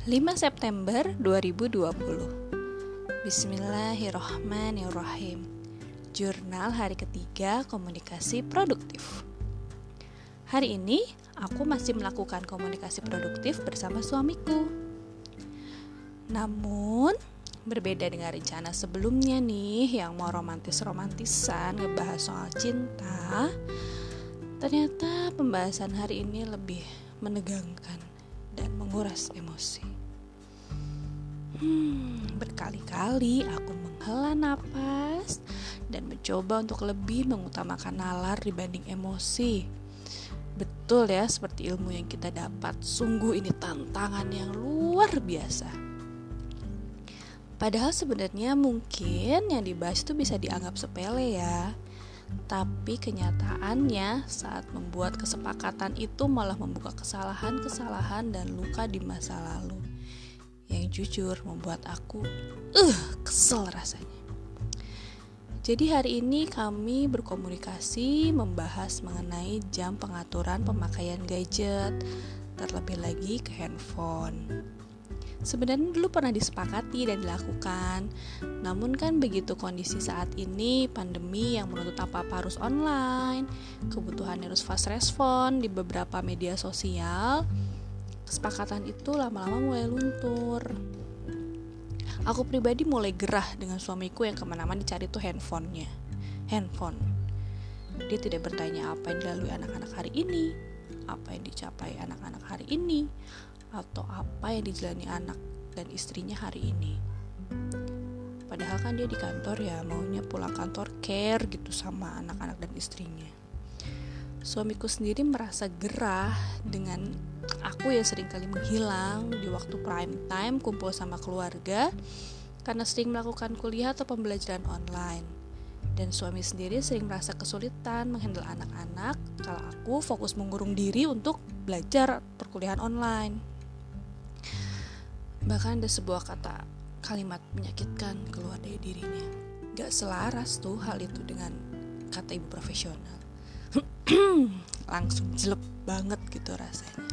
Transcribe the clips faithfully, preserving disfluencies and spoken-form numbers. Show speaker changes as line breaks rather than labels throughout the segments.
lima September dua ribu dua puluh. Bismillahirrohmanirrohim. Jurnal hari ketiga komunikasi produktif. Hari ini aku masih melakukan komunikasi produktif bersama suamiku. Namun berbeda dengan rencana sebelumnya nih, yang mau romantis-romantisan ngebahas soal cinta, ternyata pembahasan hari ini lebih menegangkan dan menguras emosi. Hmm, berkali-kali aku menghela napas dan mencoba untuk lebih mengutamakan nalar dibanding emosi. Betul ya, seperti ilmu yang kita dapat, sungguh ini tantangan yang luar biasa. Padahal sebenarnya mungkin yang dibahas itu bisa dianggap sepele ya. Tapi kenyataannya saat membuat kesepakatan itu malah membuka kesalahan-kesalahan dan luka di masa lalu, yang jujur membuat aku uh, kesel rasanya. Jadi hari ini kami berkomunikasi membahas mengenai jam pengaturan pemakaian gadget, terlebih lagi ke handphone. Sebenarnya dulu pernah disepakati dan dilakukan, namun kan begitu kondisi saat ini, pandemi yang menuntut apa-apa harus online, kebutuhan harus fast respon di beberapa media sosial, kesepakatan itu lama-lama mulai luntur. Aku pribadi mulai gerah dengan suamiku yang kemana-mana dicari tuh handphonenya. Handphone. Dia tidak bertanya apa yang dilalui anak-anak hari ini, apa yang dicapai anak-anak hari ini, atau apa yang dijalani anak dan istrinya hari ini. Padahal kan dia di kantor ya, maunya pulang kantor care gitu sama anak-anak dan istrinya. Suamiku sendiri merasa gerah dengan aku yang sering kali menghilang di waktu prime time kumpul sama keluarga karena sering melakukan kuliah atau pembelajaran online. Dan suami sendiri sering merasa kesulitan menghandle anak-anak kalau aku fokus mengurung diri untuk belajar perkuliahan online. Bahkan ada sebuah kata kalimat menyakitkan keluar dari dirinya. Gak selaras tuh hal itu dengan kata ibu profesional. Langsung jelek banget gitu rasanya.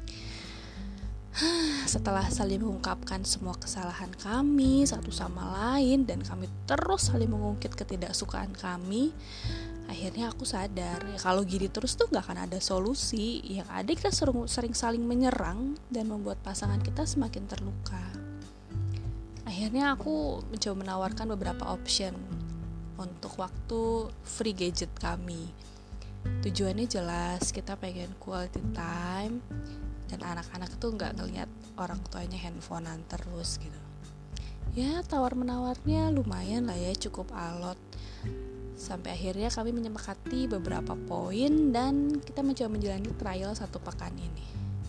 Setelah saling mengungkapkan semua kesalahan kami satu sama lain dan kami terus saling mengungkit ketidaksukaan kami, akhirnya aku sadar ya kalau gini terus tuh gak akan ada solusi. Yang ada kita sering, sering saling menyerang dan membuat pasangan kita semakin terluka. Akhirnya aku mencoba menawarkan beberapa option untuk waktu free gadget kami. Tujuannya jelas, kita pengen quality time dan anak-anak tuh gak ngelihat orang tuanya handphonean terus gitu. Ya tawar-menawarnya lumayan lah ya, cukup alot. Sampai akhirnya kami menyepakati beberapa poin dan kita mencoba menjalani trial satu pekan ini.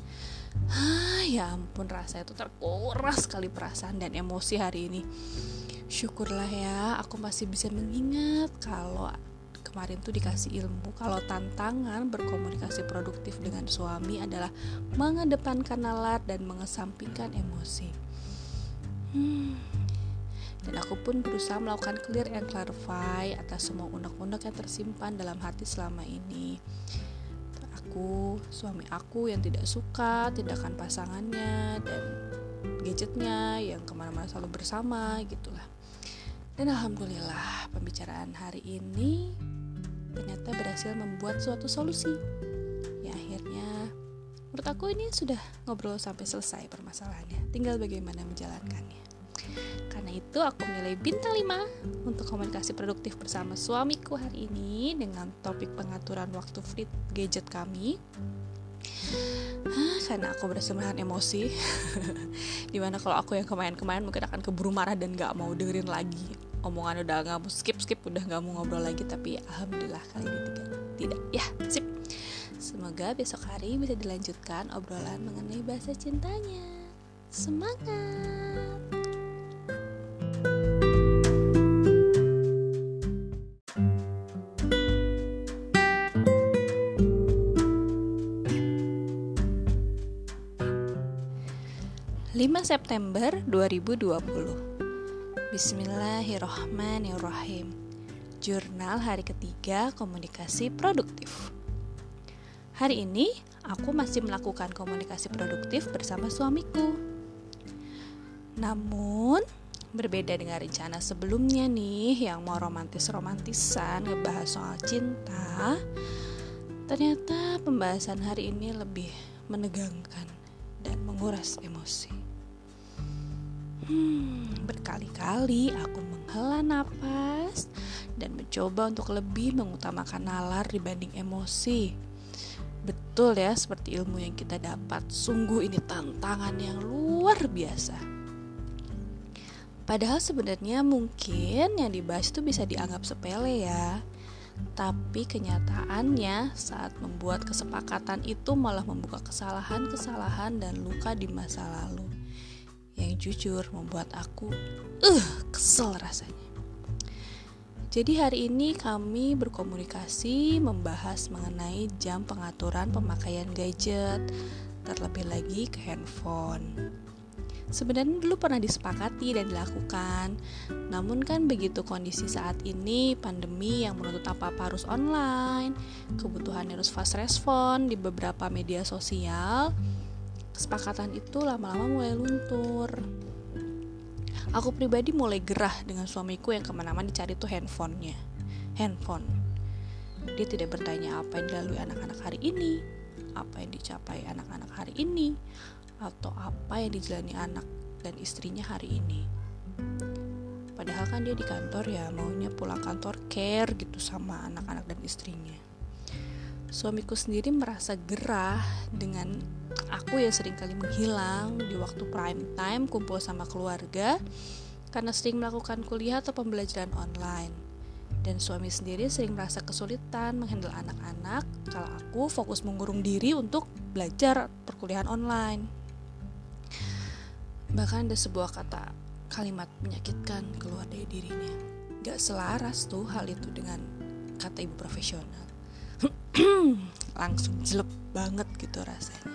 Hah, ya ampun, rasanya itu terkuras sekali perasaan dan emosi hari ini. Syukurlah ya, aku masih bisa mengingat kalau kemarin tuh dikasih ilmu kalau tantangan berkomunikasi produktif dengan suami adalah mengedepankan nalar dan mengesampingkan emosi. Hmm. Dan aku pun berusaha melakukan clear and clarify atas semua unek-unek yang tersimpan dalam hati selama ini. Aku, suami aku yang tidak suka tindakan pasangannya dan gadgetnya yang kemana-mana selalu bersama gitulah. Dan alhamdulillah pembicaraan hari ini ternyata berhasil membuat suatu solusi. Ya akhirnya menurut aku ini sudah ngobrol sampai selesai permasalahannya. Tinggal bagaimana menjalankannya. Karena itu aku nilai bintang lima untuk komunikasi produktif bersama suamiku hari ini dengan topik pengaturan waktu free gadget kami. Hah, karena aku berhasil menahan emosi. Dimana kalau aku yang kemarin-kemarin mungkin akan keburu marah dan gak mau dengerin lagi omongan, udah gak mau skip-skip, udah gak mau ngobrol lagi. Tapi alhamdulillah kali ini tidak, tidak. Ya, sip. Semoga besok hari bisa dilanjutkan obrolan mengenai bahasa cintanya. Semangat! lima September dua ribu dua puluh. Bismillahirrohmanirrohim. Jurnal hari ketiga komunikasi produktif. Hari ini aku masih melakukan komunikasi produktif bersama suamiku. Namun berbeda dengan rencana sebelumnya nih yang mau romantis-romantisan ngebahas soal cinta, ternyata pembahasan hari ini lebih menegangkan dan menguras emosi. Hmm, berkali-kali aku menghela napas dan mencoba untuk lebih mengutamakan nalar dibanding emosi. Betul ya, seperti ilmu yang kita dapat, sungguh ini tantangan yang luar biasa. Padahal sebenarnya mungkin yang dibahas itu bisa dianggap sepele ya. Tapi kenyataannya saat membuat kesepakatan itu malah membuka kesalahan-kesalahan dan luka di masa lalu, yang jujur membuat aku uh, kesel rasanya. Jadi hari ini kami berkomunikasi membahas mengenai jam pengaturan pemakaian gadget, terlebih lagi ke handphone. Sebenarnya dulu pernah disepakati dan dilakukan, namun kan begitu kondisi saat ini, pandemi yang menuntut apa-apa harus online, kebutuhan harus fast respon di beberapa media sosial, kesepakatan itu lama-lama mulai luntur. Aku pribadi mulai gerah dengan suamiku yang kemana-mana dicari tuh handphonenya. Handphone. Dia tidak bertanya apa yang dilalui anak-anak hari ini, apa yang dicapai anak-anak hari ini, atau apa yang dijalani anak dan istrinya hari ini. Padahal kan dia di kantor ya, maunya pulang kantor care gitu sama anak-anak dan istrinya. Suamiku sendiri merasa gerah dengan aku yang seringkali menghilang di waktu prime time kumpul sama keluarga karena sering melakukan kuliah atau pembelajaran online. Dan suami sendiri sering merasa kesulitan menghandle anak-anak kalau aku fokus mengurung diri untuk belajar perkuliahan online. Bahkan ada sebuah kata kalimat menyakitkan keluar dari dirinya. Gak selaras tuh hal itu dengan kata ibu profesional. Langsung jelek banget gitu rasanya.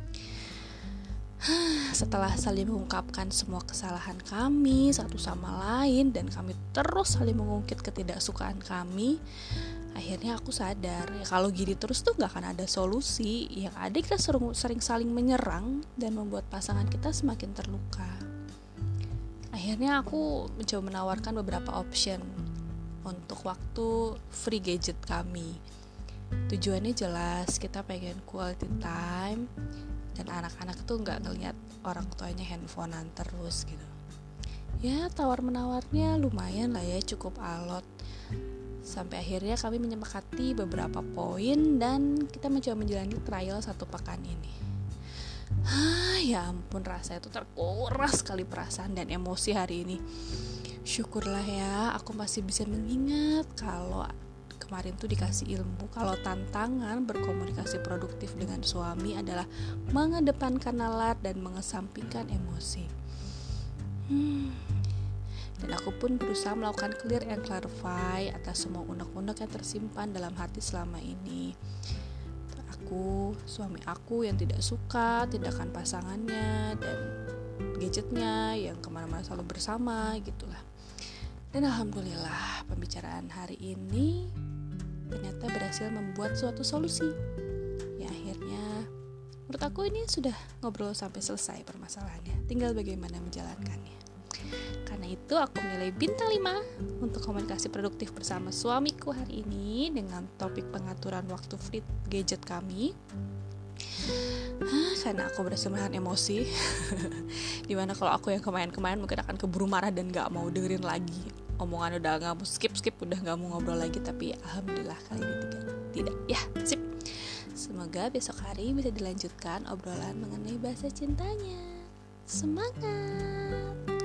Setelah saling mengungkapkan semua kesalahan kami satu sama lain dan kami terus saling mengungkit ketidaksukaan kami, akhirnya aku sadar ya kalau gini terus tuh gak akan ada solusi. Yang ada kita sering, sering saling menyerang dan membuat pasangan kita semakin terluka. Akhirnya aku mencoba menawarkan beberapa option untuk waktu free gadget kami. Tujuannya jelas, kita pengen quality time dan anak-anak tuh gak ngeliat orang tuanya handphonean terus gitu. Ya tawar menawarnya lumayan lah ya, cukup alot. Sampai akhirnya kami menyepakati beberapa poin dan kita mencoba menjalani trial satu pekan ini. Hah, ya ampun, rasanya itu terkuras sekali perasaan dan emosi hari ini. Syukurlah ya aku masih bisa mengingat kalau kemarin tuh dikasih ilmu kalau tantangan berkomunikasi produktif dengan suami adalah mengedepankan nalar dan mengesampingkan emosi. Hmm. Dan aku pun berusaha melakukan clear and clarify atas semua unek-unek yang tersimpan dalam hati selama ini. Aku, suami aku yang tidak suka tindakan pasangannya dan gadgetnya yang kemana-mana selalu bersama gitulah. Dan alhamdulillah pembicaraan hari ini ternyata berhasil membuat suatu solusi. Ya akhirnya menurut aku ini sudah ngobrol sampai selesai permasalahannya. Tinggal bagaimana menjalankannya. Karena itu aku menilai bintang lima untuk komunikasi produktif bersama suamiku hari ini dengan topik pengaturan waktu free gadget kami. Hah, karena aku berhasil menahan emosi. Dimana kalau aku yang kemarin-kemarin mungkin akan keburu marah dan gak mau dengerin lagi omongan, udah gak mau skip-skip, udah gak mau ngobrol lagi. Tapi alhamdulillah kali ini tidak, tidak. Ya, sip. Semoga besok hari bisa dilanjutkan obrolan mengenai bahasa cintanya. Semangat!